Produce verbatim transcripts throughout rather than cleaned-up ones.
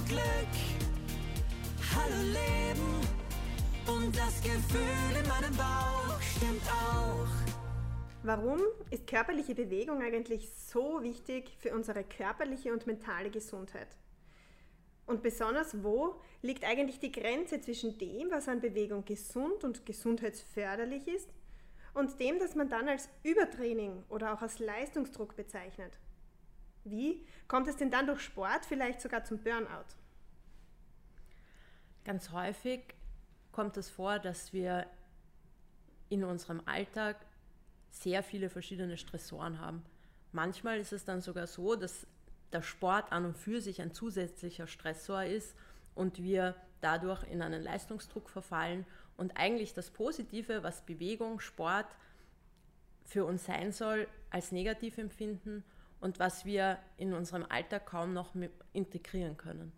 Glück. Hallo Leben und das Gefühl in meinem Bauch stimmt auch. Warum ist körperliche Bewegung eigentlich so wichtig für unsere körperliche und mentale Gesundheit? Und besonders, wo liegt eigentlich die Grenze zwischen dem, was an Bewegung gesund und gesundheitsförderlich ist, und dem, das man dann als Übertraining oder auch als Leistungsdruck bezeichnet? Wie kommt es denn dann durch Sport vielleicht sogar zum Burnout? Ganz häufig kommt es vor, dass wir in unserem Alltag sehr viele verschiedene Stressoren haben. Manchmal ist es dann sogar so, dass der Sport an und für sich ein zusätzlicher Stressor ist und wir dadurch in einen Leistungsdruck verfallen und eigentlich das Positive, was Bewegung, Sport für uns sein soll, als negativ empfinden und was wir in unserem Alltag kaum noch integrieren können.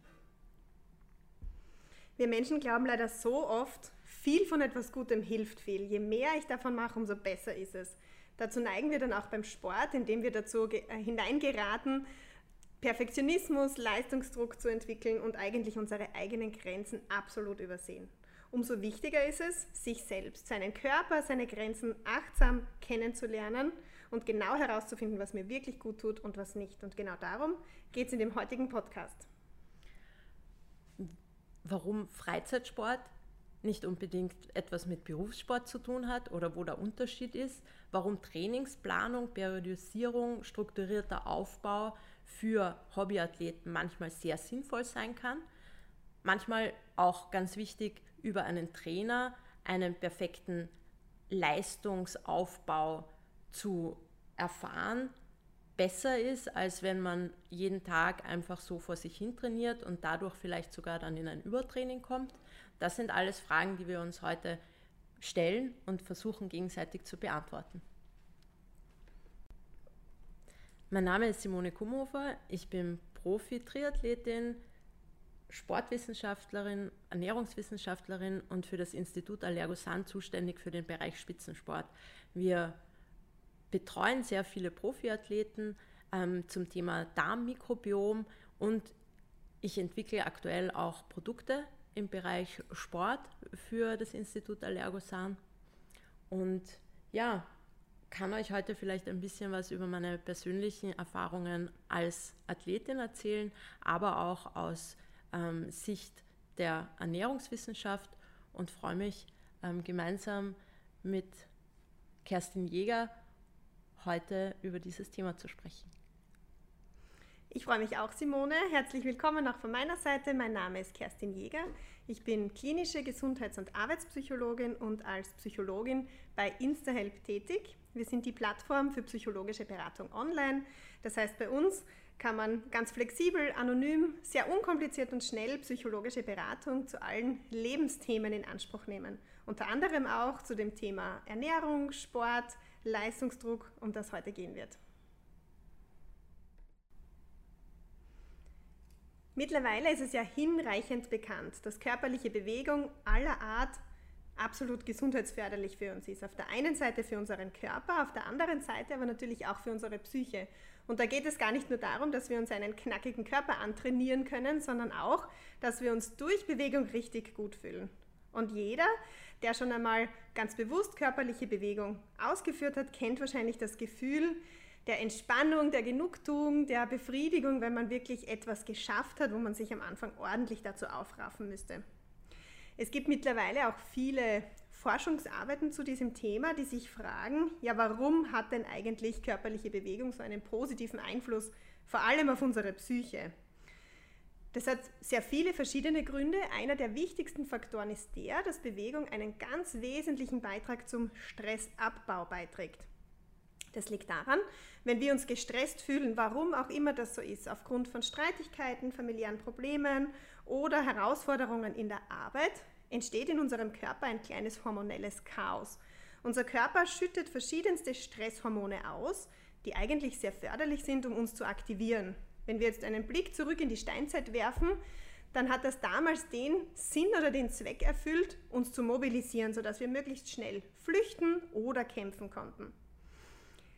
Wir Menschen glauben leider so oft, viel von etwas Gutem hilft viel. Je mehr ich davon mache, umso besser ist es. Dazu neigen wir dann auch beim Sport, indem wir dazu hineingeraten, Perfektionismus, Leistungsdruck zu entwickeln und eigentlich unsere eigenen Grenzen absolut übersehen. Umso wichtiger ist es, sich selbst, seinen Körper, seine Grenzen achtsam kennenzulernen und genau herauszufinden, was mir wirklich gut tut und was nicht. Und genau darum geht es in dem heutigen Podcast. Warum Freizeitsport nicht unbedingt etwas mit Berufssport zu tun hat oder wo der Unterschied ist, warum Trainingsplanung, Periodisierung, strukturierter Aufbau für Hobbyathleten manchmal sehr sinnvoll sein kann, manchmal auch ganz wichtig, über einen Trainer einen perfekten Leistungsaufbau zu erfahren, besser ist, als wenn man jeden Tag einfach so vor sich hin trainiert und dadurch vielleicht sogar dann in ein Übertraining kommt. Das sind alles Fragen, die wir uns heute stellen und versuchen gegenseitig zu beantworten. Mein Name ist Simone Kumhofer, ich bin Profi-Triathletin, Sportwissenschaftlerin, Ernährungswissenschaftlerin und für das Institut Allergosan zuständig für den Bereich Spitzensport. Wir betreuen sehr viele Profiathleten ähm, zum Thema Darmmikrobiom und ich entwickle aktuell auch Produkte im Bereich Sport für das Institut Allergosan und ja, kann euch heute vielleicht ein bisschen was über meine persönlichen Erfahrungen als Athletin erzählen, aber auch aus ähm, Sicht der Ernährungswissenschaft und freue mich, ähm, gemeinsam mit Kerstin Jäger heute über dieses Thema zu sprechen. Ich freue mich auch, Simone. Herzlich willkommen auch von meiner Seite. Mein Name ist Kerstin Jäger. Ich bin klinische Gesundheits- und Arbeitspsychologin und als Psychologin bei InstaHelp tätig. Wir sind die Plattform für psychologische Beratung online. Das heißt, bei uns kann man ganz flexibel, anonym, sehr unkompliziert und schnell psychologische Beratung zu allen Lebensthemen in Anspruch nehmen. Unter anderem auch zu dem Thema Ernährung, Sport, Leistungsdruck, um das heute gehen wird. Mittlerweile ist es ja hinreichend bekannt, dass körperliche Bewegung aller Art absolut gesundheitsförderlich für uns ist. Auf der einen Seite für unseren Körper, auf der anderen Seite aber natürlich auch für unsere Psyche. Und da geht es gar nicht nur darum, dass wir uns einen knackigen Körper antrainieren können, sondern auch, dass wir uns durch Bewegung richtig gut fühlen. Und jeder, der schon einmal ganz bewusst körperliche Bewegung ausgeführt hat, kennt wahrscheinlich das Gefühl der Entspannung, der Genugtuung, der Befriedigung, wenn man wirklich etwas geschafft hat, wo man sich am Anfang ordentlich dazu aufraffen müsste. Es gibt mittlerweile auch viele Forschungsarbeiten zu diesem Thema, die sich fragen, ja, warum hat denn eigentlich körperliche Bewegung so einen positiven Einfluss, vor allem auf unsere Psyche? Das hat sehr viele verschiedene Gründe. Einer der wichtigsten Faktoren ist der, dass Bewegung einen ganz wesentlichen Beitrag zum Stressabbau beiträgt. Das liegt daran, wenn wir uns gestresst fühlen, warum auch immer das so ist, aufgrund von Streitigkeiten, familiären Problemen oder Herausforderungen in der Arbeit, entsteht in unserem Körper ein kleines hormonelles Chaos. Unser Körper schüttet verschiedenste Stresshormone aus, die eigentlich sehr förderlich sind, um uns zu aktivieren. Wenn wir jetzt einen Blick zurück in die Steinzeit werfen, dann hat das damals den Sinn oder den Zweck erfüllt, uns zu mobilisieren, sodass wir möglichst schnell flüchten oder kämpfen konnten.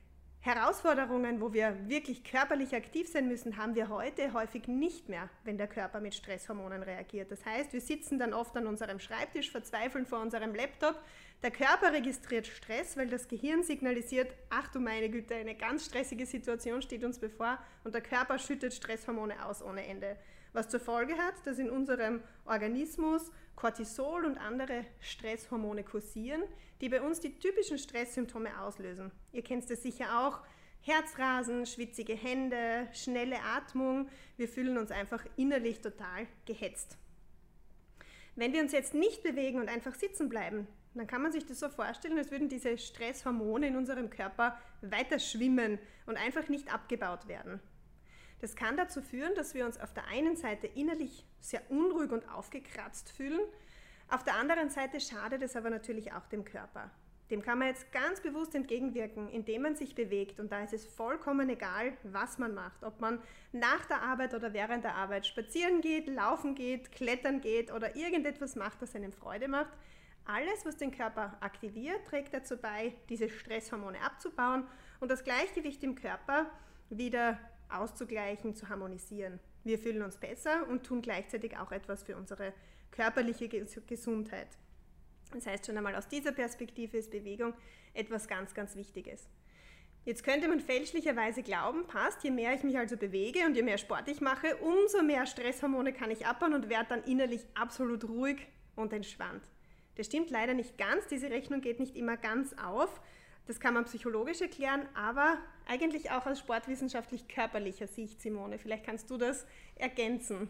Herausforderungen, wo wir wirklich körperlich aktiv sein müssen, haben wir heute häufig nicht mehr, wenn der Körper mit Stresshormonen reagiert. Das heißt, wir sitzen dann oft an unserem Schreibtisch, verzweifeln vor unserem Laptop. Der Körper registriert Stress, weil das Gehirn signalisiert, ach du meine Güte, eine ganz stressige Situation steht uns bevor, und der Körper schüttet Stresshormone aus ohne Ende. Was zur Folge hat, dass in unserem Organismus Cortisol und andere Stresshormone kursieren, die bei uns die typischen Stresssymptome auslösen. Ihr kennt es sicher auch: Herzrasen, schwitzige Hände, schnelle Atmung. Wir fühlen uns einfach innerlich total gehetzt. Wenn wir uns jetzt nicht bewegen und einfach sitzen bleiben, dann kann man sich das so vorstellen, als würden diese Stresshormone in unserem Körper weiter schwimmen und einfach nicht abgebaut werden. Das kann dazu führen, dass wir uns auf der einen Seite innerlich sehr unruhig und aufgekratzt fühlen, auf der anderen Seite schadet es aber natürlich auch dem Körper. Dem kann man jetzt ganz bewusst entgegenwirken, indem man sich bewegt, und da ist es vollkommen egal, was man macht, ob man nach der Arbeit oder während der Arbeit spazieren geht, laufen geht, klettern geht oder irgendetwas macht, das einem Freude macht. Alles, was den Körper aktiviert, trägt dazu bei, diese Stresshormone abzubauen und das Gleichgewicht im Körper wieder auszugleichen, zu harmonisieren. Wir fühlen uns besser und tun gleichzeitig auch etwas für unsere körperliche Gesundheit. Das heißt, schon einmal aus dieser Perspektive ist Bewegung etwas ganz, ganz Wichtiges. Jetzt könnte man fälschlicherweise glauben, passt, je mehr ich mich also bewege und je mehr Sport ich mache, umso mehr Stresshormone kann ich abbauen und werde dann innerlich absolut ruhig und entspannt. Das stimmt leider nicht ganz, diese Rechnung geht nicht immer ganz auf. Das kann man psychologisch erklären, aber eigentlich auch aus sportwissenschaftlich-körperlicher Sicht, Simone. Vielleicht kannst du das ergänzen.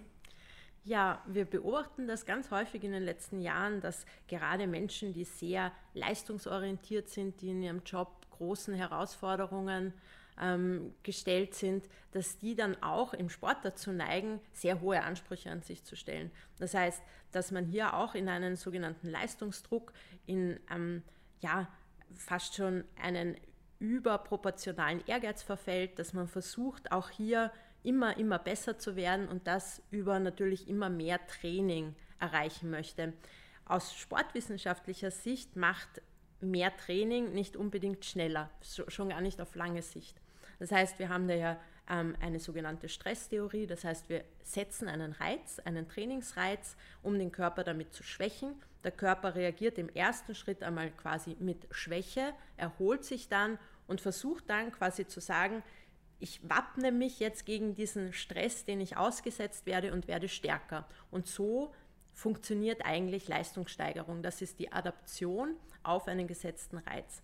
Ja, wir beobachten das ganz häufig in den letzten Jahren, dass gerade Menschen, die sehr leistungsorientiert sind, die in ihrem Job großen Herausforderungen ähm, gestellt sind, dass die dann auch im Sport dazu neigen, sehr hohe Ansprüche an sich zu stellen. Das heißt, dass man hier auch in einen sogenannten Leistungsdruck, in ähm, ja, fast schon einen überproportionalen Ehrgeiz verfällt, dass man versucht, auch hier immer, immer besser zu werden und das über natürlich immer mehr Training erreichen möchte. Aus sportwissenschaftlicher Sicht macht mehr Training nicht unbedingt schneller, schon gar nicht auf lange Sicht. Das heißt, wir haben da ja ähm, eine sogenannte Stresstheorie, das heißt, wir setzen einen Reiz, einen Trainingsreiz, um den Körper damit zu schwächen. Der Körper reagiert im ersten Schritt einmal quasi mit Schwäche, erholt sich dann und versucht dann quasi zu sagen, ich wappne mich jetzt gegen diesen Stress, den ich ausgesetzt werde, und werde stärker. Und so funktioniert eigentlich Leistungssteigerung. Das ist die Adaption auf einen gesetzten Reiz.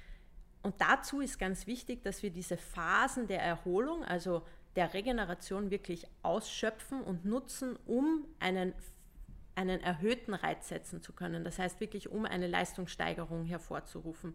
Und dazu ist ganz wichtig, dass wir diese Phasen der Erholung, also der Regeneration, wirklich ausschöpfen und nutzen, um einen, einen erhöhten Reiz setzen zu können. Das heißt wirklich, um eine Leistungssteigerung hervorzurufen.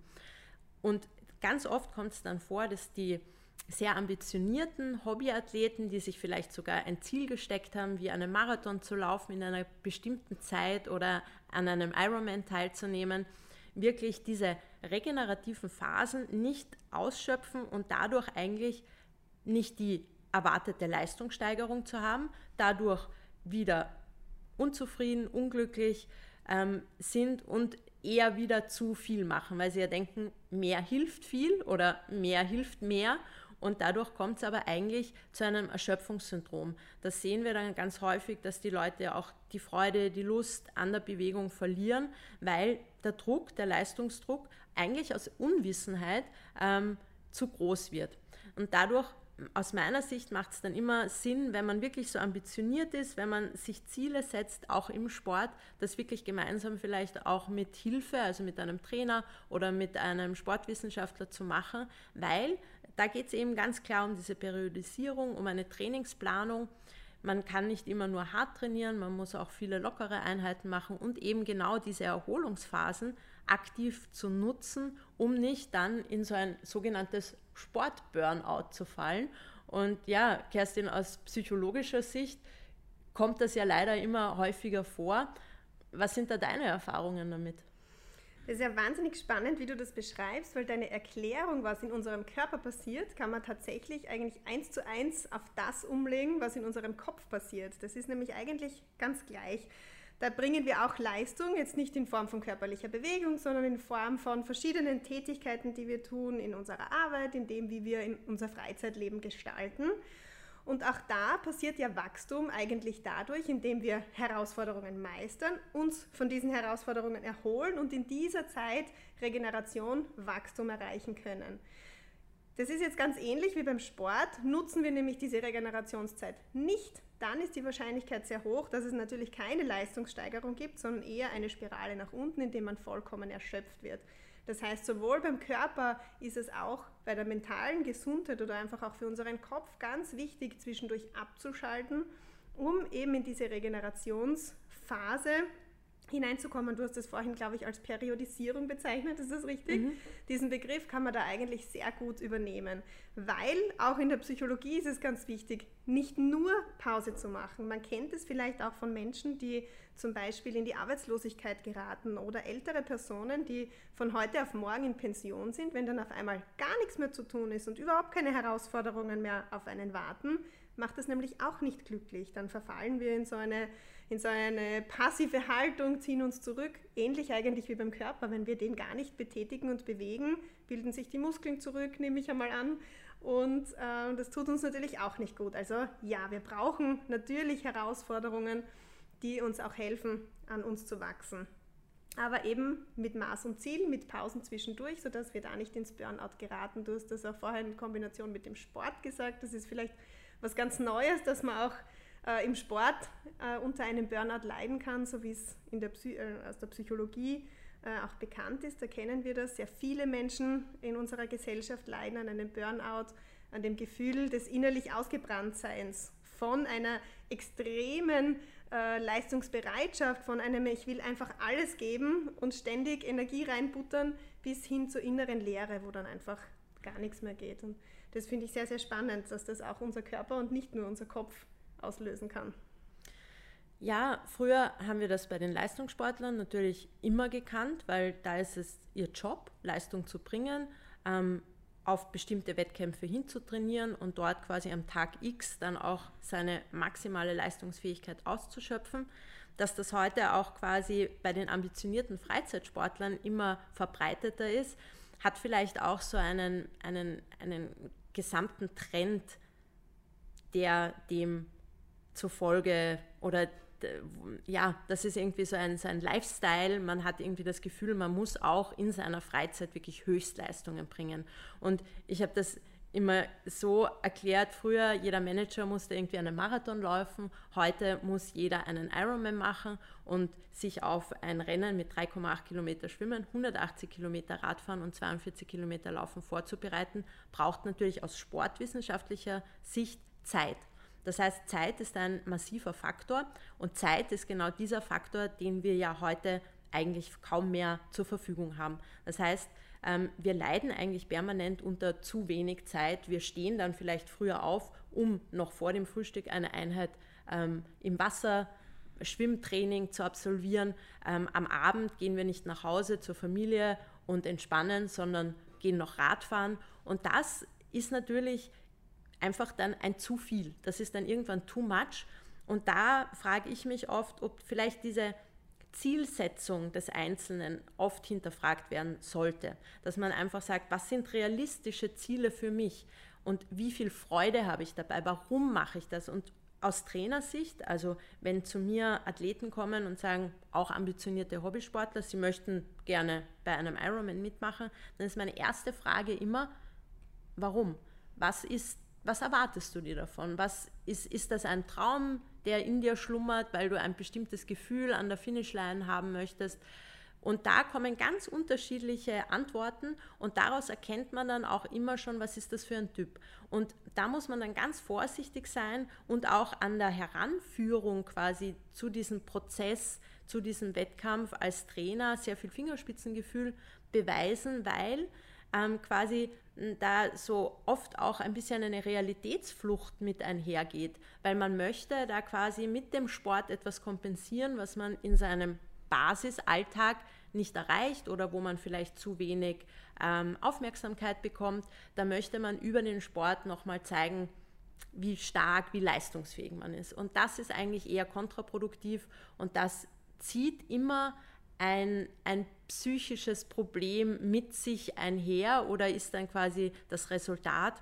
Und ganz oft kommt es dann vor, dass die sehr ambitionierten Hobbyathleten, die sich vielleicht sogar ein Ziel gesteckt haben, wie einen Marathon zu laufen in einer bestimmten Zeit oder an einem Ironman teilzunehmen, wirklich diese regenerativen Phasen nicht ausschöpfen und dadurch eigentlich nicht die erwartete Leistungssteigerung zu haben, dadurch wieder unzufrieden, unglücklich ähm, sind und eher wieder zu viel machen, weil sie ja denken, mehr hilft viel oder mehr hilft mehr. Und dadurch kommt es aber eigentlich zu einem Erschöpfungssyndrom. Das sehen wir dann ganz häufig, dass die Leute auch die Freude, die Lust an der Bewegung verlieren, weil der Druck, der Leistungsdruck eigentlich aus Unwissenheit ähm, zu groß wird. Und dadurch, aus meiner Sicht, macht es dann immer Sinn, wenn man wirklich so ambitioniert ist, wenn man sich Ziele setzt, auch im Sport, das wirklich gemeinsam vielleicht auch mit Hilfe, also mit einem Trainer oder mit einem Sportwissenschaftler zu machen, weil da geht es eben ganz klar um diese Periodisierung, um eine Trainingsplanung. Man kann nicht immer nur hart trainieren, man muss auch viele lockere Einheiten machen und eben genau diese Erholungsphasen aktiv zu nutzen, um nicht dann in so ein sogenanntes Sport-Burnout zu fallen. Und ja, Kerstin, aus psychologischer Sicht kommt das ja leider immer häufiger vor. Was sind da deine Erfahrungen damit? Das ist ja wahnsinnig spannend, wie du das beschreibst, weil deine Erklärung, was in unserem Körper passiert, kann man tatsächlich eigentlich eins zu eins auf das umlegen, was in unserem Kopf passiert. Das ist nämlich eigentlich ganz gleich. Da bringen wir auch Leistung, jetzt nicht in Form von körperlicher Bewegung, sondern in Form von verschiedenen Tätigkeiten, die wir tun in unserer Arbeit, in dem, wie wir in unser Freizeitleben gestalten. Und auch da passiert ja Wachstum eigentlich dadurch, indem wir Herausforderungen meistern, uns von diesen Herausforderungen erholen und in dieser Zeit Regeneration, Wachstum erreichen können. Das ist jetzt ganz ähnlich wie beim Sport. Nutzen wir nämlich diese Regenerationszeit nicht, dann ist die Wahrscheinlichkeit sehr hoch, dass es natürlich keine Leistungssteigerung gibt, sondern eher eine Spirale nach unten, in der man vollkommen erschöpft wird. Das heißt, sowohl beim Körper ist es auch bei der mentalen Gesundheit oder einfach auch für unseren Kopf ganz wichtig, zwischendurch abzuschalten, um eben in diese Regenerationsphase hineinzukommen. Du hast das vorhin, glaube ich, als Periodisierung bezeichnet, ist das richtig? Mhm. Diesen Begriff kann man da eigentlich sehr gut übernehmen, weil auch in der Psychologie ist es ganz wichtig, nicht nur Pause zu machen. Man kennt es vielleicht auch von Menschen, die zum Beispiel in die Arbeitslosigkeit geraten oder ältere Personen, die von heute auf morgen in Pension sind, wenn dann auf einmal gar nichts mehr zu tun ist und überhaupt keine Herausforderungen mehr auf einen warten, macht das nämlich auch nicht glücklich. Dann verfallen wir in so eine in so eine passive Haltung, ziehen uns zurück, ähnlich eigentlich wie beim Körper. Wenn wir den gar nicht betätigen und bewegen, bilden sich die Muskeln zurück, nehme ich einmal an. Und äh, das tut uns natürlich auch nicht gut. Also ja, wir brauchen natürlich Herausforderungen, die uns auch helfen, an uns zu wachsen. Aber eben mit Maß und Ziel, mit Pausen zwischendurch, sodass wir da nicht ins Burnout geraten. Du hast das auch vorher in Kombination mit dem Sport gesagt. Das ist vielleicht was ganz Neues, dass man auch Äh, im Sport äh, unter einem Burnout leiden kann, so wie es in der Psy- äh, aus der Psychologie äh, auch bekannt ist. Da kennen wir das. Sehr viele Menschen in unserer Gesellschaft leiden an einem Burnout, an dem Gefühl des innerlich Ausgebranntseins, von einer extremen äh, Leistungsbereitschaft, von einem ich will einfach alles geben und ständig Energie reinbuttern, bis hin zur inneren Leere, wo dann einfach gar nichts mehr geht. Und das finde ich sehr, sehr spannend, dass das auch unser Körper und nicht nur unser Kopf auslösen kann. Ja, früher haben wir das bei den Leistungssportlern natürlich immer gekannt, weil da ist es ihr Job, Leistung zu bringen, ähm, auf bestimmte Wettkämpfe hinzutrainieren und dort quasi am Tag X dann auch seine maximale Leistungsfähigkeit auszuschöpfen. Dass das heute auch quasi bei den ambitionierten Freizeitsportlern immer verbreiteter ist, hat vielleicht auch so einen, einen, einen gesamten Trend, der dem zufolge oder ja, das ist irgendwie so ein, so ein Lifestyle, man hat irgendwie das Gefühl, man muss auch in seiner Freizeit wirklich Höchstleistungen bringen. Und ich habe das immer so erklärt, früher jeder Manager musste irgendwie einen Marathon laufen, heute muss jeder einen Ironman machen und sich auf ein Rennen mit drei Komma acht Kilometer Schwimmen, hundertachtzig Kilometer Radfahren und zweiundvierzig Kilometer Laufen vorzubereiten, braucht natürlich aus sportwissenschaftlicher Sicht Zeit. Das heißt, Zeit ist ein massiver Faktor und Zeit ist genau dieser Faktor, den wir ja heute eigentlich kaum mehr zur Verfügung haben. Das heißt, wir leiden eigentlich permanent unter zu wenig Zeit. Wir stehen dann vielleicht früher auf, um noch vor dem Frühstück eine Einheit im Wasser, Schwimmtraining zu absolvieren. Am Abend gehen wir nicht nach Hause zur Familie und entspannen, sondern gehen noch Radfahren. Und das ist natürlich einfach dann ein zu viel. Das ist dann irgendwann too much. Und da frage ich mich oft, ob vielleicht diese Zielsetzung des Einzelnen oft hinterfragt werden sollte. Dass man einfach sagt, was sind realistische Ziele für mich und wie viel Freude habe ich dabei, warum mache ich das? Und aus Trainersicht, also wenn zu mir Athleten kommen und sagen, auch ambitionierte Hobbysportler, sie möchten gerne bei einem Ironman mitmachen, dann ist meine erste Frage immer, warum? Was ist Was erwartest du dir davon? Was ist, ist das ein Traum, der in dir schlummert, weil du ein bestimmtes Gefühl an der Finishline haben möchtest? Und da kommen ganz unterschiedliche Antworten und daraus erkennt man dann auch immer schon, was ist das für ein Typ. Und da muss man dann ganz vorsichtig sein und auch an der Heranführung quasi zu diesem Prozess, zu diesem Wettkampf als Trainer sehr viel Fingerspitzengefühl beweisen, weil ähm, quasi da so oft auch ein bisschen eine Realitätsflucht mit einhergeht, weil man möchte da quasi mit dem Sport etwas kompensieren, was man in seinem Basisalltag nicht erreicht oder wo man vielleicht zu wenig ähm, Aufmerksamkeit bekommt. Da möchte man über den Sport nochmal zeigen, wie stark, wie leistungsfähig man ist. Und das ist eigentlich eher kontraproduktiv und das zieht immer ein, ein psychisches Problem mit sich einher oder ist dann quasi das Resultat.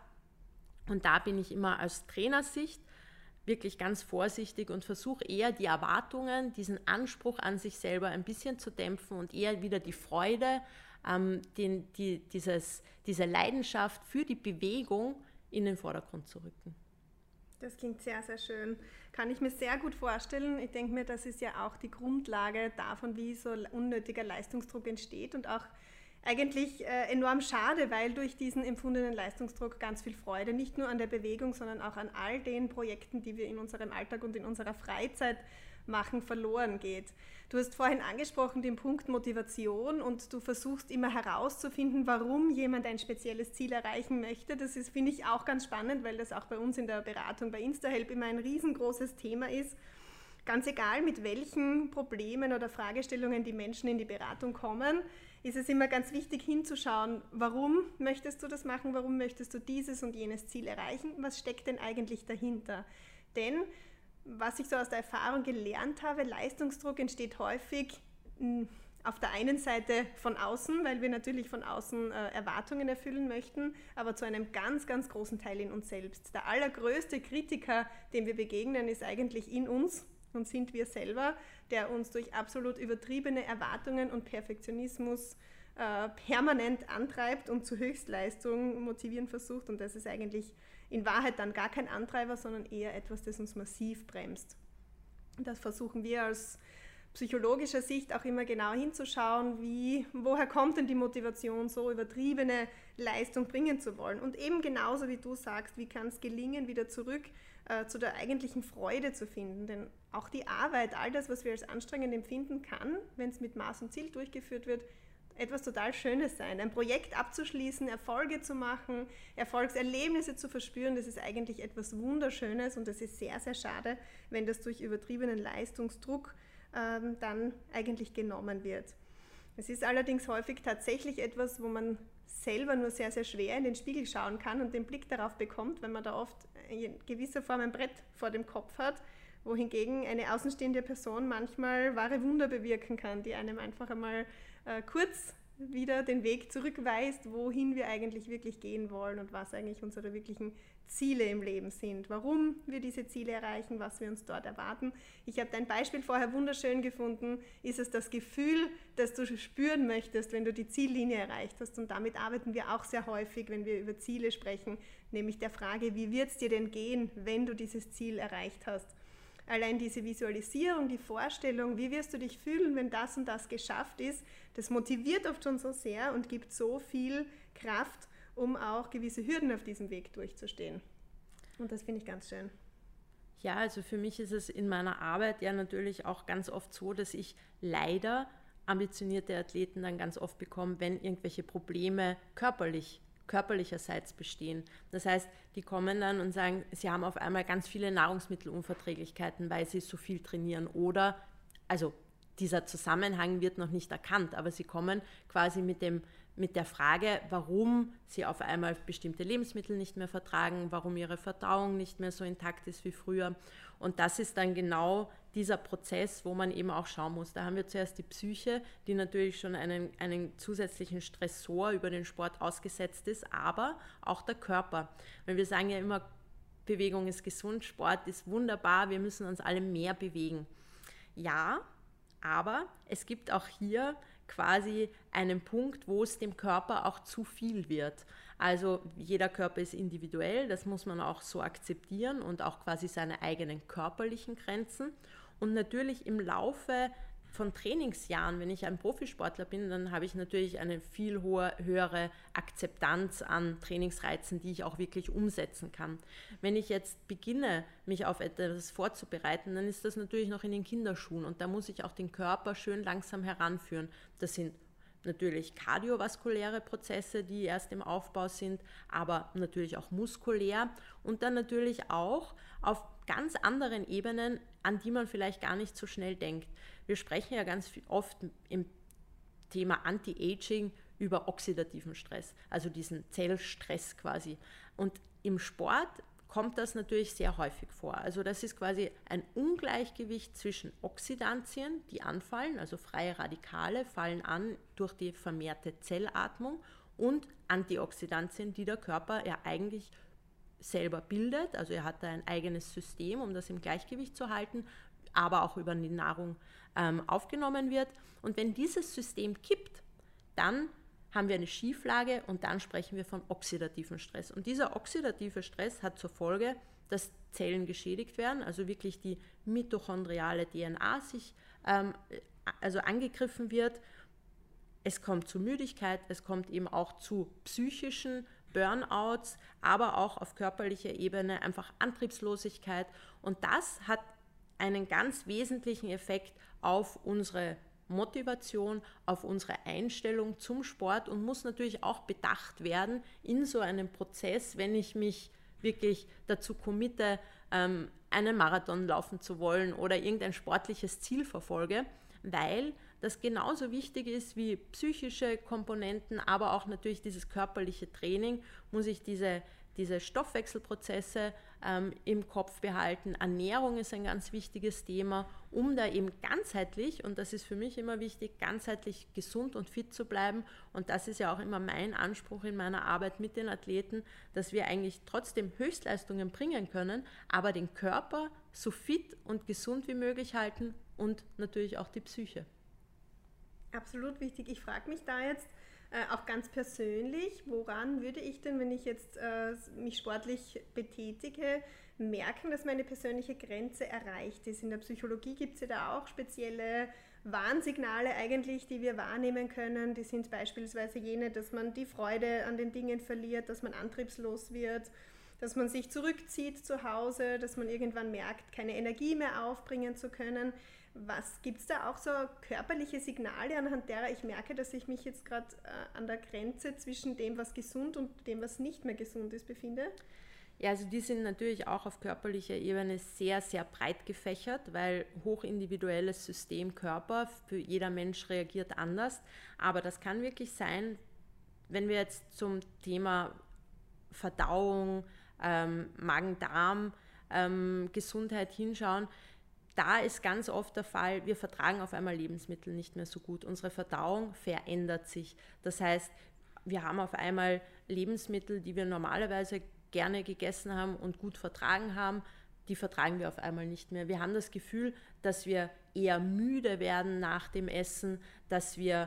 Und da bin ich immer aus Trainersicht wirklich ganz vorsichtig und versuche eher die Erwartungen, diesen Anspruch an sich selber ein bisschen zu dämpfen und eher wieder die Freude, ähm, den, die, dieses, diese Leidenschaft für die Bewegung in den Vordergrund zu rücken. Das klingt sehr, sehr schön. Kann ich mir sehr gut vorstellen. Ich denke mir, das ist ja auch die Grundlage davon, wie so unnötiger Leistungsdruck entsteht und auch eigentlich äh, enorm schade, weil durch diesen empfundenen Leistungsdruck ganz viel Freude, nicht nur an der Bewegung, sondern auch an all den Projekten, die wir in unserem Alltag und in unserer Freizeit machen, verloren geht. Du hast vorhin angesprochen den Punkt Motivation und du versuchst immer herauszufinden, warum jemand ein spezielles Ziel erreichen möchte. Das ist, finde ich, auch ganz spannend, weil das auch bei uns in der Beratung bei InstaHelp immer ein riesengroßes Thema ist. Ganz egal, mit welchen Problemen oder Fragestellungen die Menschen in die Beratung kommen, ist es immer ganz wichtig hinzuschauen, warum möchtest du das machen, warum möchtest du dieses und jenes Ziel erreichen, was steckt denn eigentlich dahinter? Denn was ich so aus der Erfahrung gelernt habe, Leistungsdruck entsteht häufig mh, auf der einen Seite von außen, weil wir natürlich von außen äh, Erwartungen erfüllen möchten, aber zu einem ganz, ganz großen Teil in uns selbst. Der allergrößte Kritiker, dem wir begegnen, ist eigentlich in uns und sind wir selber, der uns durch absolut übertriebene Erwartungen und Perfektionismus äh, permanent antreibt und zu Höchstleistung motivieren versucht. Und das ist eigentlich in Wahrheit dann gar kein Antreiber, sondern eher etwas, das uns massiv bremst. Und das versuchen wir aus psychologischer Sicht auch immer genau hinzuschauen, wie, woher kommt denn die Motivation, so übertriebene Leistung bringen zu wollen. Und eben genauso wie du sagst, wie kann es gelingen, wieder zurück äh, zu der eigentlichen Freude zu finden. Denn auch die Arbeit, all das, was wir als anstrengend empfinden, kann, wenn es mit Maß und Ziel durchgeführt wird, etwas total Schönes sein. Ein Projekt abzuschließen, Erfolge zu machen, Erfolgserlebnisse zu verspüren, das ist eigentlich etwas Wunderschönes und es ist sehr, sehr schade, wenn das durch übertriebenen Leistungsdruck ähm, dann eigentlich genommen wird. Es ist allerdings häufig tatsächlich etwas, wo man selber nur sehr, sehr schwer in den Spiegel schauen kann und den Blick darauf bekommt, wenn man da oft in gewisser Form ein Brett vor dem Kopf hat, wohingegen eine außenstehende Person manchmal wahre Wunder bewirken kann, die einem einfach einmal äh, kurz wieder den Weg zurückweist, wohin wir eigentlich wirklich gehen wollen und was eigentlich unsere wirklichen Ziele im Leben sind, warum wir diese Ziele erreichen, was wir uns dort erwarten. Ich habe dein Beispiel vorher wunderschön gefunden. Ist es das Gefühl, das du spüren möchtest, wenn du die Ziellinie erreicht hast? Und damit arbeiten wir auch sehr häufig, wenn wir über Ziele sprechen, nämlich der Frage, wie wird es dir denn gehen, wenn du dieses Ziel erreicht hast? Allein diese Visualisierung, die Vorstellung, wie wirst du dich fühlen, wenn das und das geschafft ist, das motiviert oft schon so sehr und gibt so viel Kraft, um auch gewisse Hürden auf diesem Weg durchzustehen. Und das finde ich ganz schön. Ja, also für mich ist es in meiner Arbeit ja natürlich auch ganz oft so, dass ich leider ambitionierte Athleten dann ganz oft bekomme, wenn irgendwelche Probleme körperlich körperlicherseits bestehen. Das heißt, die kommen dann und sagen, sie haben auf einmal ganz viele Nahrungsmittelunverträglichkeiten, weil sie so viel trainieren oder, also dieser Zusammenhang wird noch nicht erkannt, aber sie kommen quasi mit dem mit der Frage, warum sie auf einmal bestimmte Lebensmittel nicht mehr vertragen, warum ihre Verdauung nicht mehr so intakt ist wie früher. Und das ist dann genau dieser Prozess, wo man eben auch schauen muss. Da haben wir zuerst die Psyche, die natürlich schon einen, einen zusätzlichen Stressor über den Sport ausgesetzt ist, aber auch der Körper. Weil wir sagen ja immer, Bewegung ist gesund, Sport ist wunderbar, wir müssen uns alle mehr bewegen. Ja, aber es gibt auch hier quasi einen Punkt, wo es dem Körper auch zu viel wird. Also jeder Körper ist individuell, das muss man auch so akzeptieren und auch quasi seine eigenen körperlichen Grenzen. Und natürlich im Laufe von Trainingsjahren, wenn ich ein Profisportler bin, dann habe ich natürlich eine viel hohe, höhere Akzeptanz an Trainingsreizen, die ich auch wirklich umsetzen kann. Wenn ich jetzt beginne, mich auf etwas vorzubereiten, dann ist das natürlich noch in den Kinderschuhen und da muss ich auch den Körper schön langsam heranführen. Das sind natürlich kardiovaskuläre Prozesse, die erst im Aufbau sind, aber natürlich auch muskulär und dann natürlich auch auf ganz anderen Ebenen, an die man vielleicht gar nicht so schnell denkt. Wir sprechen ja ganz oft im Thema Anti-Aging über oxidativen Stress, also diesen Zellstress quasi. Und im Sport kommt das natürlich sehr häufig vor. Also das ist quasi ein Ungleichgewicht zwischen Oxidantien, die anfallen, also freie Radikale fallen an durch die vermehrte Zellatmung, und Antioxidantien, die der Körper ja eigentlich selber bildet. Also er hat da ein eigenes System, um das im Gleichgewicht zu halten, aber auch über die Nahrung ähm, aufgenommen wird. Und wenn dieses System kippt, dann haben wir eine Schieflage und dann sprechen wir von oxidativen Stress. Und dieser oxidative Stress hat zur Folge, dass Zellen geschädigt werden, also wirklich die mitochondriale D N A sich ähm, also angegriffen wird. Es kommt zu Müdigkeit, es kommt eben auch zu psychischen Burnouts, aber auch auf körperlicher Ebene einfach Antriebslosigkeit. Und das hat einen ganz wesentlichen Effekt auf unsere Motivation, auf unsere Einstellung zum Sport und muss natürlich auch bedacht werden in so einem Prozess, wenn ich mich wirklich dazu committe, ähm, einen Marathon laufen zu wollen oder irgendein sportliches Ziel verfolge, weil das genauso wichtig ist wie psychische Komponenten, aber auch natürlich dieses körperliche Training, muss ich diese diese Stoffwechselprozesse ähm, im Kopf behalten. Ernährung ist ein ganz wichtiges Thema, um da eben ganzheitlich, und das ist für mich immer wichtig, ganzheitlich gesund und fit zu bleiben. Und das ist ja auch immer mein Anspruch in meiner Arbeit mit den Athleten, dass wir eigentlich trotzdem Höchstleistungen bringen können, aber den Körper so fit und gesund wie möglich halten und natürlich auch die Psyche. Absolut wichtig. Ich frage mich da jetzt, Äh, auch ganz persönlich, woran würde ich denn, wenn ich jetzt äh, mich sportlich betätige, merken, dass meine persönliche Grenze erreicht ist? In der Psychologie gibt es ja da auch spezielle Warnsignale eigentlich, die wir wahrnehmen können. Die sind beispielsweise jene, dass man die Freude an den Dingen verliert, dass man antriebslos wird, dass man sich zurückzieht zu Hause, dass man irgendwann merkt, keine Energie mehr aufbringen zu können. Was gibt es da auch so körperliche Signale, anhand derer ich merke, dass ich mich jetzt gerade äh, an der Grenze zwischen dem, was gesund und dem, was nicht mehr gesund ist, befinde? Ja, also die sind natürlich auch auf körperlicher Ebene sehr, sehr breit gefächert, weil hochindividuelles System Körper, für jeder Mensch reagiert anders. Aber das kann wirklich sein, wenn wir jetzt zum Thema Verdauung, ähm, Magen-Darm, ähm, Gesundheit hinschauen. Da ist ganz oft der Fall, wir vertragen auf einmal Lebensmittel nicht mehr so gut. Unsere Verdauung verändert sich. Das heißt, wir haben auf einmal Lebensmittel, die wir normalerweise gerne gegessen haben und gut vertragen haben, die vertragen wir auf einmal nicht mehr. Wir haben das Gefühl, dass wir eher müde werden nach dem Essen, dass wir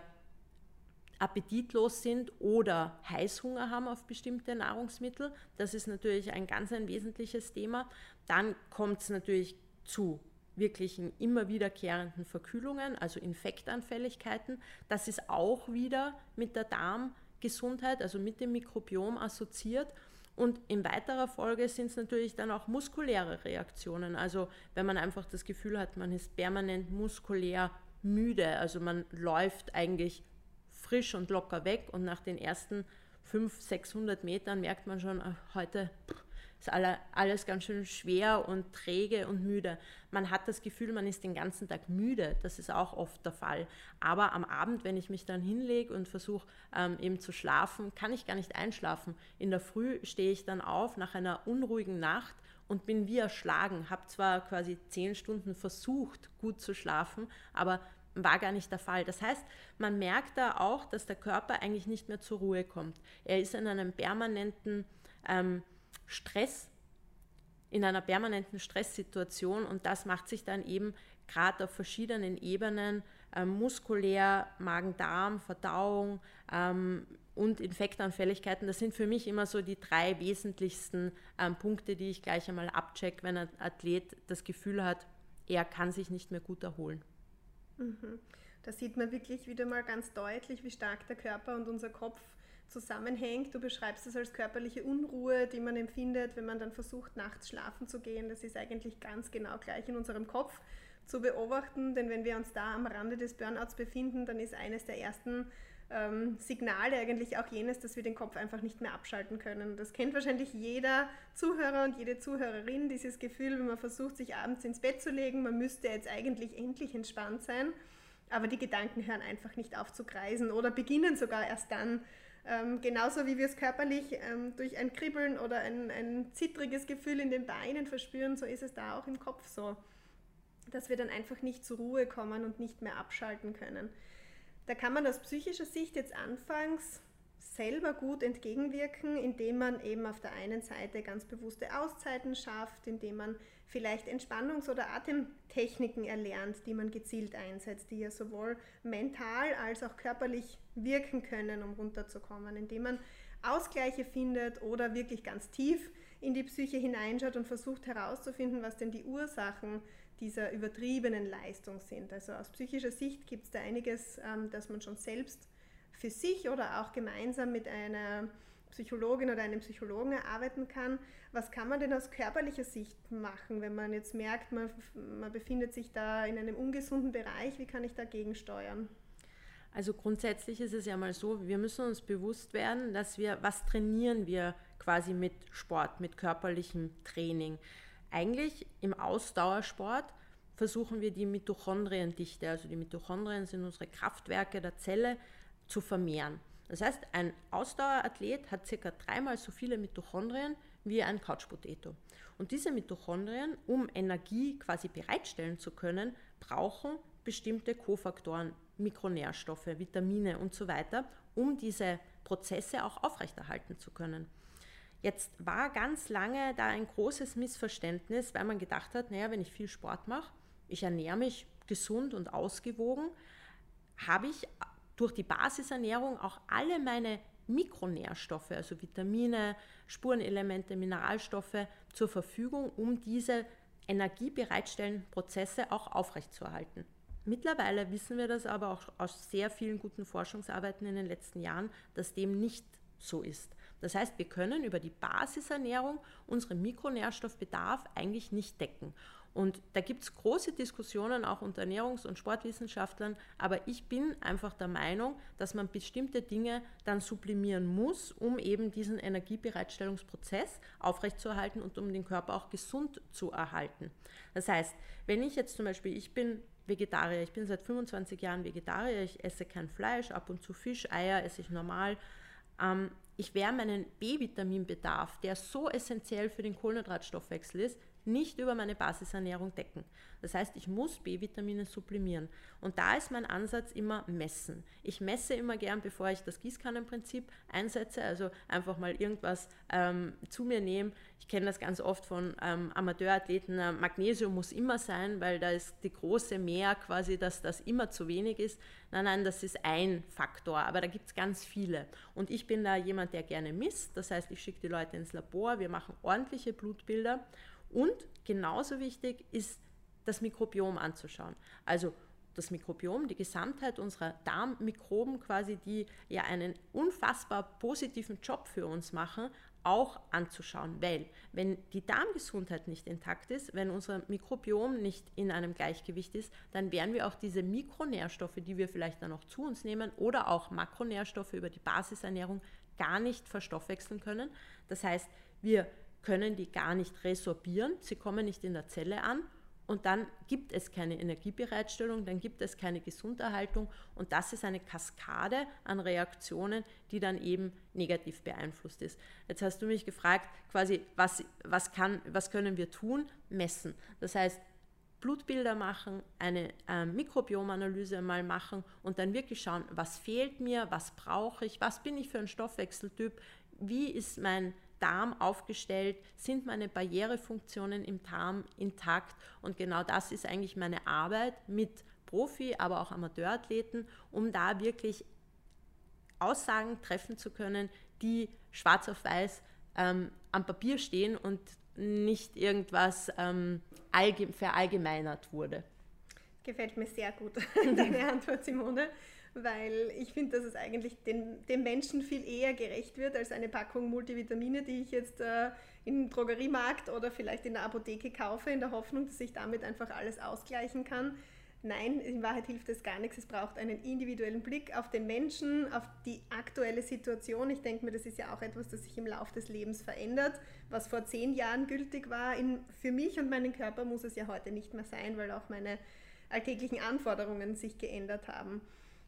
appetitlos sind oder Heißhunger haben auf bestimmte Nahrungsmittel. Das ist natürlich ein ganz ein wesentliches Thema. Dann kommt es natürlich zu wirklichen immer wiederkehrenden Verkühlungen, also Infektanfälligkeiten. Das ist auch wieder mit der Darmgesundheit, also mit dem Mikrobiom assoziiert. Und in weiterer Folge sind es natürlich dann auch muskuläre Reaktionen. Also wenn man einfach das Gefühl hat, man ist permanent muskulär müde, also man läuft eigentlich frisch und locker weg und nach den ersten fünfhundert, sechshundert Metern merkt man schon, ach, heute ist alles ganz schön schwer und träge und müde. Man hat das Gefühl, man ist den ganzen Tag müde. Das ist auch oft der Fall. Aber am Abend, wenn ich mich dann hinlege und versuche ähm, eben zu schlafen, kann ich gar nicht einschlafen. In der Früh stehe ich dann auf nach einer unruhigen Nacht und bin wie erschlagen. Habe zwar quasi zehn Stunden versucht, gut zu schlafen, aber war gar nicht der Fall. Das heißt, man merkt da auch, dass der Körper eigentlich nicht mehr zur Ruhe kommt. Er ist in einem permanenten ähm, Stress, in einer permanenten Stresssituation und das macht sich dann eben gerade auf verschiedenen Ebenen, ähm, muskulär, Magen-Darm, Verdauung ähm, und Infektanfälligkeiten, das sind für mich immer so die drei wesentlichsten ähm, Punkte, die ich gleich einmal abchecke, wenn ein Athlet das Gefühl hat, er kann sich nicht mehr gut erholen. Mhm. Da sieht man wirklich wieder mal ganz deutlich, wie stark der Körper und unser Kopf zusammenhängt. Du beschreibst es als körperliche Unruhe, die man empfindet, wenn man dann versucht, nachts schlafen zu gehen. Das ist eigentlich ganz genau gleich in unserem Kopf zu beobachten, denn wenn wir uns da am Rande des Burnouts befinden, dann ist eines der ersten ähm, Signale eigentlich auch jenes, dass wir den Kopf einfach nicht mehr abschalten können. Das kennt wahrscheinlich jeder Zuhörer und jede Zuhörerin, dieses Gefühl, wenn man versucht, sich abends ins Bett zu legen, man müsste jetzt eigentlich endlich entspannt sein, aber die Gedanken hören einfach nicht auf zu kreisen oder beginnen sogar erst dann, Ähm, genauso wie wir es körperlich ähm, durch ein Kribbeln oder ein, ein zittriges Gefühl in den Beinen verspüren, so ist es da auch im Kopf so, dass wir dann einfach nicht zur Ruhe kommen und nicht mehr abschalten können. Da kann man aus psychischer Sicht jetzt anfangs selber gut entgegenwirken, indem man eben auf der einen Seite ganz bewusste Auszeiten schafft, indem man vielleicht Entspannungs- oder Atemtechniken erlernt, die man gezielt einsetzt, die ja sowohl mental als auch körperlich wirken können, um runterzukommen, indem man Ausgleiche findet oder wirklich ganz tief in die Psyche hineinschaut und versucht herauszufinden, was denn die Ursachen dieser übertriebenen Leistung sind. Also aus psychischer Sicht gibt es da einiges, das man schon selbst für sich oder auch gemeinsam mit einer Psychologin oder einem Psychologen erarbeiten kann. Was kann man denn aus körperlicher Sicht machen, wenn man jetzt merkt, man, man befindet sich da in einem ungesunden Bereich? Wie kann ich dagegen steuern? Also grundsätzlich ist es ja mal so, wir müssen uns bewusst werden, dass wir, was trainieren wir quasi mit Sport, mit körperlichem Training? Eigentlich im Ausdauersport versuchen wir die Mitochondriendichte, also die Mitochondrien sind unsere Kraftwerke der Zelle, zu vermehren. Das heißt, ein Ausdauerathlet hat circa dreimal so viele Mitochondrien wie ein Couch-Potato. Und diese Mitochondrien, um Energie quasi bereitstellen zu können, brauchen bestimmte Kofaktoren, Mikronährstoffe, Vitamine und so weiter, um diese Prozesse auch aufrechterhalten zu können. Jetzt war ganz lange da ein großes Missverständnis, weil man gedacht hat, naja, wenn ich viel Sport mache, ich ernähre mich gesund und ausgewogen, habe ich durch die Basisernährung auch alle meine Mikronährstoffe, also Vitamine, Spurenelemente, Mineralstoffe zur Verfügung, um diese energiebereitstellenden Prozesse auch aufrechtzuerhalten. Mittlerweile wissen wir das aber auch aus sehr vielen guten Forschungsarbeiten in den letzten Jahren, dass dem nicht so ist. Das heißt, wir können über die Basisernährung unseren Mikronährstoffbedarf eigentlich nicht decken. Und da gibt es große Diskussionen auch unter Ernährungs- und Sportwissenschaftlern, aber ich bin einfach der Meinung, dass man bestimmte Dinge dann sublimieren muss, um eben diesen Energiebereitstellungsprozess aufrechtzuerhalten und um den Körper auch gesund zu erhalten. Das heißt, wenn ich jetzt zum Beispiel, ich bin Vegetarier, ich bin seit fünfundzwanzig Jahren Vegetarier, ich esse kein Fleisch, ab und zu Fisch, Eier esse ich normal. Ähm, ich werde meinen B-Vitaminbedarf, der so essentiell für den Kohlenhydratstoffwechsel ist, nicht über meine Basisernährung decken. Das heißt, ich muss B-Vitamine sublimieren. Und da ist mein Ansatz immer messen. Ich messe immer gern, bevor ich das Gießkannenprinzip einsetze, also einfach mal irgendwas ähm, zu mir nehmen. Ich kenne das ganz oft von ähm, Amateurathleten, äh, Magnesium muss immer sein, weil da ist die große Mehr quasi, dass das immer zu wenig ist. Nein, nein, das ist ein Faktor, aber da gibt es ganz viele. Und ich bin da jemand, der gerne misst. Das heißt, ich schicke die Leute ins Labor, wir machen ordentliche Blutbilder. Und genauso wichtig ist, das Mikrobiom anzuschauen. Also das Mikrobiom, die Gesamtheit unserer Darmmikroben quasi, die ja einen unfassbar positiven Job für uns machen, auch anzuschauen. Weil wenn die Darmgesundheit nicht intakt ist, wenn unser Mikrobiom nicht in einem Gleichgewicht ist, dann werden wir auch diese Mikronährstoffe, die wir vielleicht dann auch zu uns nehmen oder auch Makronährstoffe über die Basisernährung gar nicht verstoffwechseln können. Das heißt, wir können die gar nicht resorbieren, sie kommen nicht in der Zelle an und dann gibt es keine Energiebereitstellung, dann gibt es keine Gesunderhaltung und das ist eine Kaskade an Reaktionen, die dann eben negativ beeinflusst ist. Jetzt hast du mich gefragt, quasi, was, was, kann, was können wir tun? Messen. Das heißt, Blutbilder machen, eine äh, Mikrobiomanalyse mal machen und dann wirklich schauen, was fehlt mir, was brauche ich, was bin ich für ein Stoffwechseltyp, wie ist mein Darm aufgestellt, sind meine Barrierefunktionen im Darm intakt und genau das ist eigentlich meine Arbeit mit Profi, aber auch Amateurathleten, um da wirklich Aussagen treffen zu können, die schwarz auf weiß ähm, am Papier stehen und nicht irgendwas ähm, allge- verallgemeinert wurde. Gefällt mir sehr gut, deine Antwort, Simone, weil ich finde, dass es eigentlich den, dem Menschen viel eher gerecht wird als eine Packung Multivitamine, die ich jetzt äh, im Drogeriemarkt oder vielleicht in der Apotheke kaufe, in der Hoffnung, dass ich damit einfach alles ausgleichen kann. Nein, in Wahrheit hilft es gar nichts. Es braucht einen individuellen Blick auf den Menschen, auf die aktuelle Situation. Ich denke mir, das ist ja auch etwas, das sich im Laufe des Lebens verändert. Was vor zehn Jahren gültig war, in, für mich und meinen Körper muss es ja heute nicht mehr sein, weil auch meine alltäglichen Anforderungen sich geändert haben.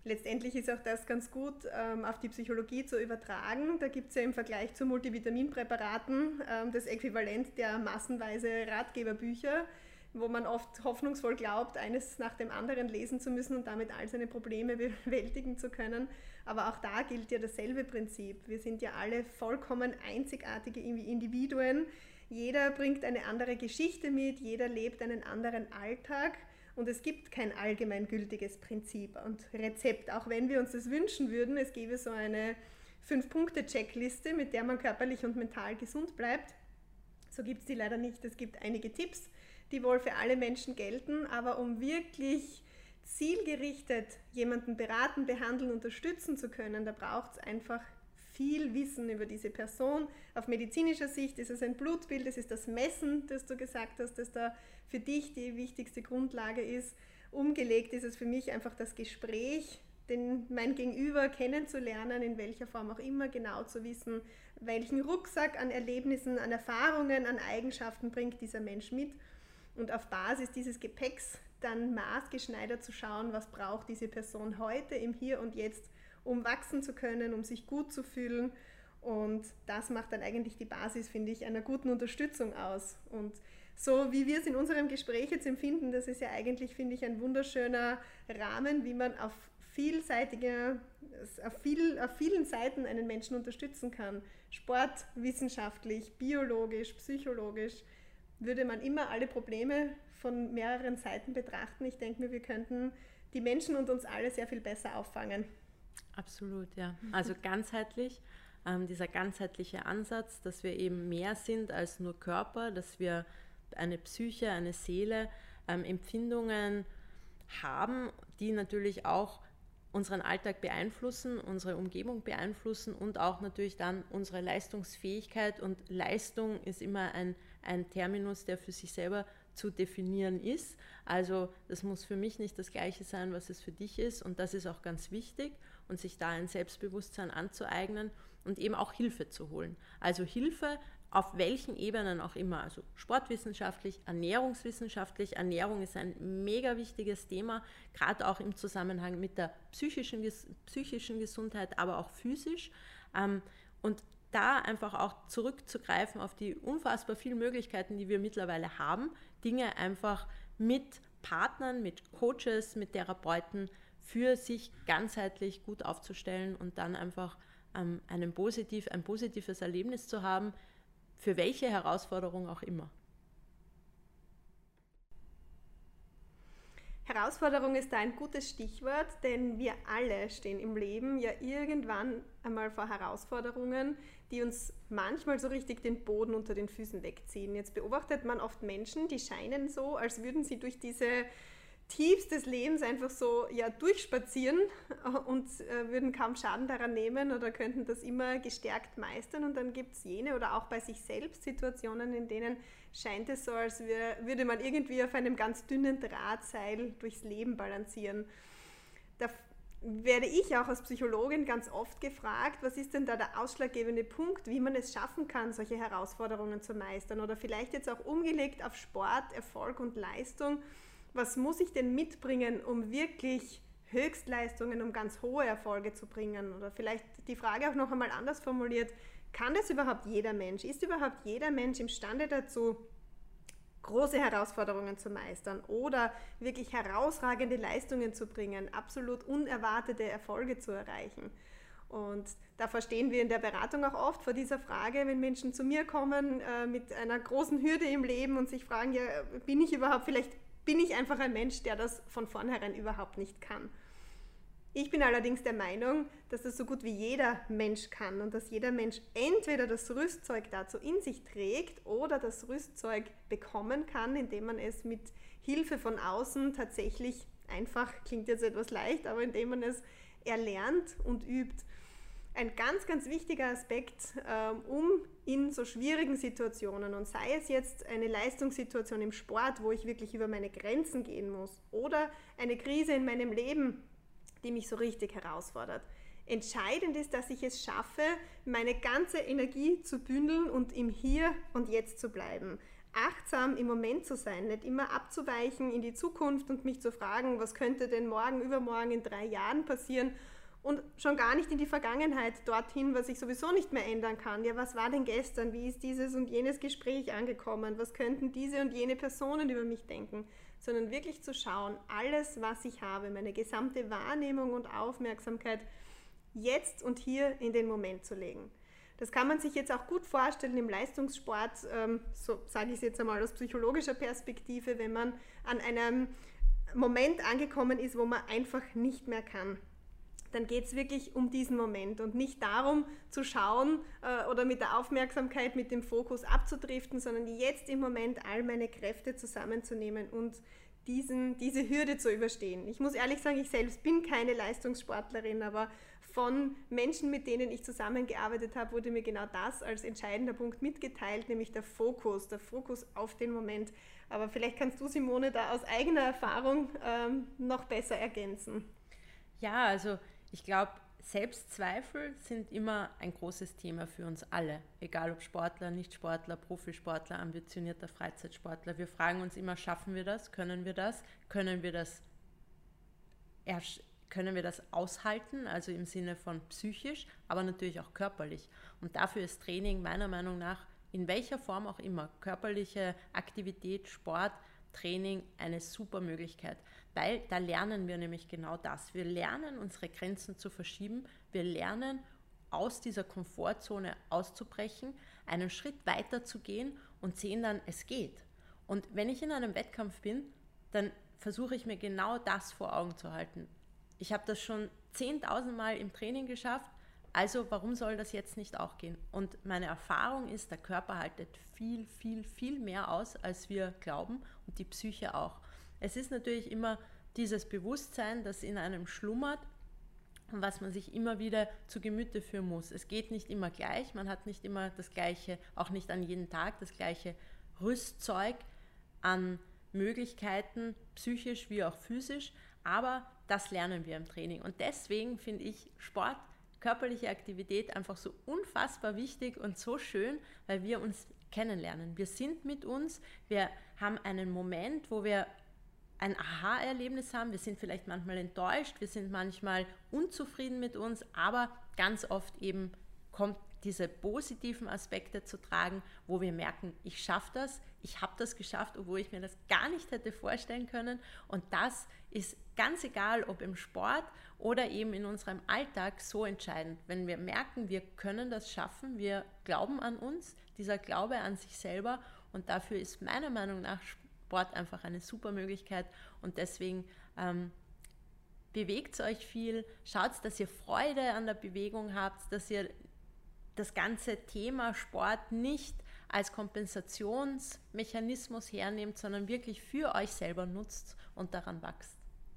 letztendlich ist auch das ganz gut ähm, auf die Psychologie zu übertragen. Da gibt es ja im Vergleich zu Multivitaminpräparaten ähm, das Äquivalent der massenweise Ratgeberbücher, wo man oft hoffnungsvoll glaubt, eines nach dem anderen lesen zu müssen und damit all seine Probleme bewältigen zu können. Aber auch da gilt ja dasselbe Prinzip. Wir sind ja alle vollkommen einzigartige Individuen. Jeder bringt eine andere Geschichte mit, jeder lebt einen anderen Alltag. Und es gibt kein allgemeingültiges Prinzip und Rezept, auch wenn wir uns das wünschen würden. Es gäbe so eine Fünf-Punkte-Checkliste, mit der man körperlich und mental gesund bleibt. So gibt es die leider nicht. Es gibt einige Tipps, die wohl für alle Menschen gelten, aber um wirklich zielgerichtet jemanden beraten, behandeln, unterstützen zu können, da braucht es einfach viel Wissen über diese Person. Auf medizinischer Sicht ist es ein Blutbild, es ist das Messen, das du gesagt hast, das da für dich die wichtigste Grundlage ist. Umgelegt ist es für mich einfach das Gespräch, den, mein Gegenüber kennenzulernen, in welcher Form auch immer, genau zu wissen, welchen Rucksack an Erlebnissen, an Erfahrungen, an Eigenschaften bringt dieser Mensch mit. Und auf Basis dieses Gepäcks dann maßgeschneidert zu schauen, was braucht diese Person heute im Hier und Jetzt, um wachsen zu können, um sich gut zu fühlen. Und das macht dann eigentlich die Basis, finde ich, einer guten Unterstützung aus. Und so wie wir es in unserem Gespräch jetzt empfinden, das ist ja eigentlich, finde ich, ein wunderschöner Rahmen, wie man auf vielseitige, auf, viel, auf vielen Seiten einen Menschen unterstützen kann. Sportwissenschaftlich, biologisch, psychologisch, würde man immer alle Probleme von mehreren Seiten betrachten. Ich denke mir, wir könnten die Menschen und uns alle sehr viel besser auffangen. Absolut, ja. Also ganzheitlich, ähm, dieser ganzheitliche Ansatz, dass wir eben mehr sind als nur Körper, dass wir eine Psyche, eine Seele, ähm, Empfindungen haben, die natürlich auch unseren Alltag beeinflussen, unsere Umgebung beeinflussen und auch natürlich dann unsere Leistungsfähigkeit. Und Leistung ist immer ein, ein Terminus, der für sich selber zu definieren ist. Also das muss für mich nicht das Gleiche sein, was es für dich ist, und das ist auch ganz wichtig, und sich da ein Selbstbewusstsein anzueignen und eben auch Hilfe zu holen. Also Hilfe auf welchen Ebenen auch immer, also sportwissenschaftlich, ernährungswissenschaftlich. Ernährung ist ein mega wichtiges Thema, gerade auch im Zusammenhang mit der psychischen, psychischen Gesundheit, aber auch physisch. Und da einfach auch zurückzugreifen auf die unfassbar vielen Möglichkeiten, die wir mittlerweile haben, Dinge einfach mit Partnern, mit Coaches, mit Therapeuten für sich ganzheitlich gut aufzustellen und dann einfach ähm, einen positiv, ein positives Erlebnis zu haben, für welche Herausforderung auch immer. Herausforderung ist da ein gutes Stichwort, denn wir alle stehen im Leben ja irgendwann einmal vor Herausforderungen, die uns manchmal so richtig den Boden unter den Füßen wegziehen. Jetzt beobachtet man oft Menschen, die scheinen so, als würden sie durch diese Tiefs des Lebens einfach so ja, durchspazieren und äh, würden kaum Schaden daran nehmen oder könnten das immer gestärkt meistern. Und dann gibt es jene oder auch bei sich selbst Situationen, in denen scheint es so, als wär, würde man irgendwie auf einem ganz dünnen Drahtseil durchs Leben balancieren. Da werde ich auch als Psychologin ganz oft gefragt, was ist denn da der ausschlaggebende Punkt, wie man es schaffen kann, solche Herausforderungen zu meistern, oder vielleicht jetzt auch umgelegt auf Sport, Erfolg und Leistung. Was muss ich denn mitbringen, um wirklich Höchstleistungen, um ganz hohe Erfolge zu bringen? Oder vielleicht die Frage auch noch einmal anders formuliert, kann das überhaupt jeder Mensch? Ist überhaupt jeder Mensch imstande dazu, große Herausforderungen zu meistern oder wirklich herausragende Leistungen zu bringen, absolut unerwartete Erfolge zu erreichen? Und davor stehen wir in der Beratung auch oft vor dieser Frage, wenn Menschen zu mir kommen äh, mit einer großen Hürde im Leben und sich fragen, ja, bin ich überhaupt, vielleicht bin ich einfach ein Mensch, der das von vornherein überhaupt nicht kann. Ich bin allerdings der Meinung, dass das so gut wie jeder Mensch kann und dass jeder Mensch entweder das Rüstzeug dazu in sich trägt oder das Rüstzeug bekommen kann, indem man es mit Hilfe von außen tatsächlich einfach, klingt jetzt etwas leicht, aber indem man es erlernt und übt. Ein ganz, ganz wichtiger Aspekt, um in so schwierigen Situationen, und sei es jetzt eine Leistungssituation im Sport, wo ich wirklich über meine Grenzen gehen muss, oder eine Krise in meinem Leben, die mich so richtig herausfordert. Entscheidend ist, dass ich es schaffe, meine ganze Energie zu bündeln und im Hier und Jetzt zu bleiben. achtsam im Moment zu sein, nicht immer abzuweichen in die Zukunft und mich zu fragen, was könnte denn morgen, übermorgen, in drei Jahren passieren und schon gar nicht in die Vergangenheit dorthin, was ich sowieso nicht mehr ändern kann. Ja, was war denn gestern? Wie ist dieses und jenes Gespräch angekommen? Was könnten diese und jene Personen über mich denken? Sondern wirklich zu schauen, alles, was ich habe, meine gesamte Wahrnehmung und Aufmerksamkeit jetzt und hier in den Moment zu legen. Das kann man sich jetzt auch gut vorstellen im Leistungssport, ähm, so sage ich es jetzt einmal aus psychologischer Perspektive, wenn man an einem Moment angekommen ist, wo man einfach nicht mehr kann. Dann geht es wirklich um diesen Moment und nicht darum zu schauen äh, oder mit der Aufmerksamkeit, mit dem Fokus abzudriften, sondern jetzt im Moment all meine Kräfte zusammenzunehmen und diesen, diese Hürde zu überstehen. Ich muss ehrlich sagen, ich selbst bin keine Leistungssportlerin, aber von Menschen, mit denen ich zusammengearbeitet habe, wurde mir genau das als entscheidender Punkt mitgeteilt, nämlich der Fokus, der Fokus auf den Moment. Aber vielleicht kannst du, Simone, da aus eigener Erfahrung ähm, noch besser ergänzen. Ja, also ich glaube, Selbstzweifel sind immer ein großes Thema für uns alle, egal ob Sportler, Nicht-Sportler, Profisportler, ambitionierter Freizeitsportler. Wir fragen uns immer, schaffen wir das, können wir das, können wir das, erst, können wir das aushalten, also im Sinne von psychisch, aber natürlich auch körperlich. Und dafür ist Training meiner Meinung nach, in welcher Form auch immer, körperliche Aktivität, Sport, Training eine super Möglichkeit, weil da lernen wir nämlich genau das. Wir lernen, unsere Grenzen zu verschieben, wir lernen, aus dieser Komfortzone auszubrechen, einen Schritt weiter zu gehen und sehen dann, es geht. Und wenn ich in einem Wettkampf bin, dann versuche ich mir genau das vor Augen zu halten. Ich habe das schon zehntausend Mal im Training geschafft, also warum soll das jetzt nicht auch gehen? Und meine Erfahrung ist, der Körper haltet viel, viel, viel mehr aus, als wir glauben und die Psyche auch. Es ist natürlich immer dieses Bewusstsein, das in einem schlummert und was man sich immer wieder zu Gemüte führen muss. Es geht nicht immer gleich, man hat nicht immer das gleiche, auch nicht an jedem Tag das gleiche Rüstzeug an Möglichkeiten, psychisch wie auch physisch, aber das lernen wir im Training. Und deswegen finde ich Sport, körperliche Aktivität einfach so unfassbar wichtig und so schön, weil wir uns kennenlernen. Wir sind mit uns, wir haben einen Moment, wo wir ein Aha-Erlebnis haben, wir sind vielleicht manchmal enttäuscht, wir sind manchmal unzufrieden mit uns, aber ganz oft eben kommt diese positiven Aspekte zu tragen, wo wir merken, ich schaffe das, ich habe das geschafft, obwohl ich mir das gar nicht hätte vorstellen können. Und das ist ganz egal, ob im Sport oder eben in unserem Alltag so entscheidend. Wenn wir merken, wir können das schaffen, wir glauben an uns, dieser Glaube an sich selber, und dafür ist meiner Meinung nach Sport einfach eine super Möglichkeit. Und deswegen ähm, bewegt euch viel, schaut, dass ihr Freude an der Bewegung habt, dass ihr das ganze Thema Sport nicht als Kompensationsmechanismus hernehmt, sondern wirklich für euch selber nutzt und daran wächst.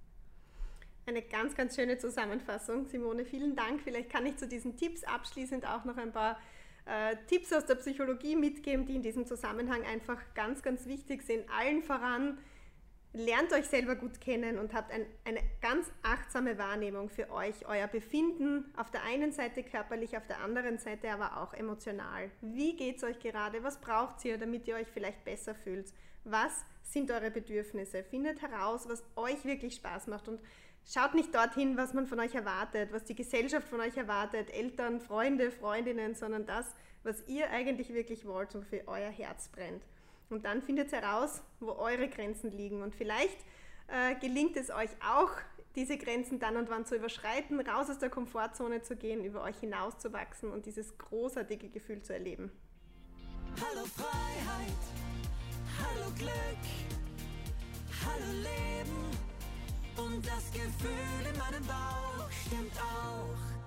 Eine ganz, ganz schöne Zusammenfassung, Simone. Vielen Dank. Vielleicht kann ich zu diesen Tipps abschließend auch noch ein paar äh, Tipps aus der Psychologie mitgeben, die in diesem Zusammenhang einfach ganz, ganz wichtig sind. Allen voran, lernt euch selber gut kennen und habt ein, eine ganz achtsame Wahrnehmung für euch, euer Befinden, auf der einen Seite körperlich, auf der anderen Seite aber auch emotional. Wie geht es euch gerade? Was braucht ihr, damit ihr euch vielleicht besser fühlt? Was sind eure Bedürfnisse? Findet heraus, was euch wirklich Spaß macht und schaut nicht dorthin, was man von euch erwartet, was die Gesellschaft von euch erwartet, Eltern, Freunde, Freundinnen, sondern das, was ihr eigentlich wirklich wollt und für euer Herz brennt. Und dann findet heraus, wo eure Grenzen liegen. Und vielleicht äh, gelingt es euch auch, diese Grenzen dann und wann zu überschreiten, raus aus der Komfortzone zu gehen, über euch hinauszuwachsen und dieses großartige Gefühl zu erleben. Hallo Freiheit, hallo Glück, hallo Leben und das Gefühl in meinem Bauch stimmt auch.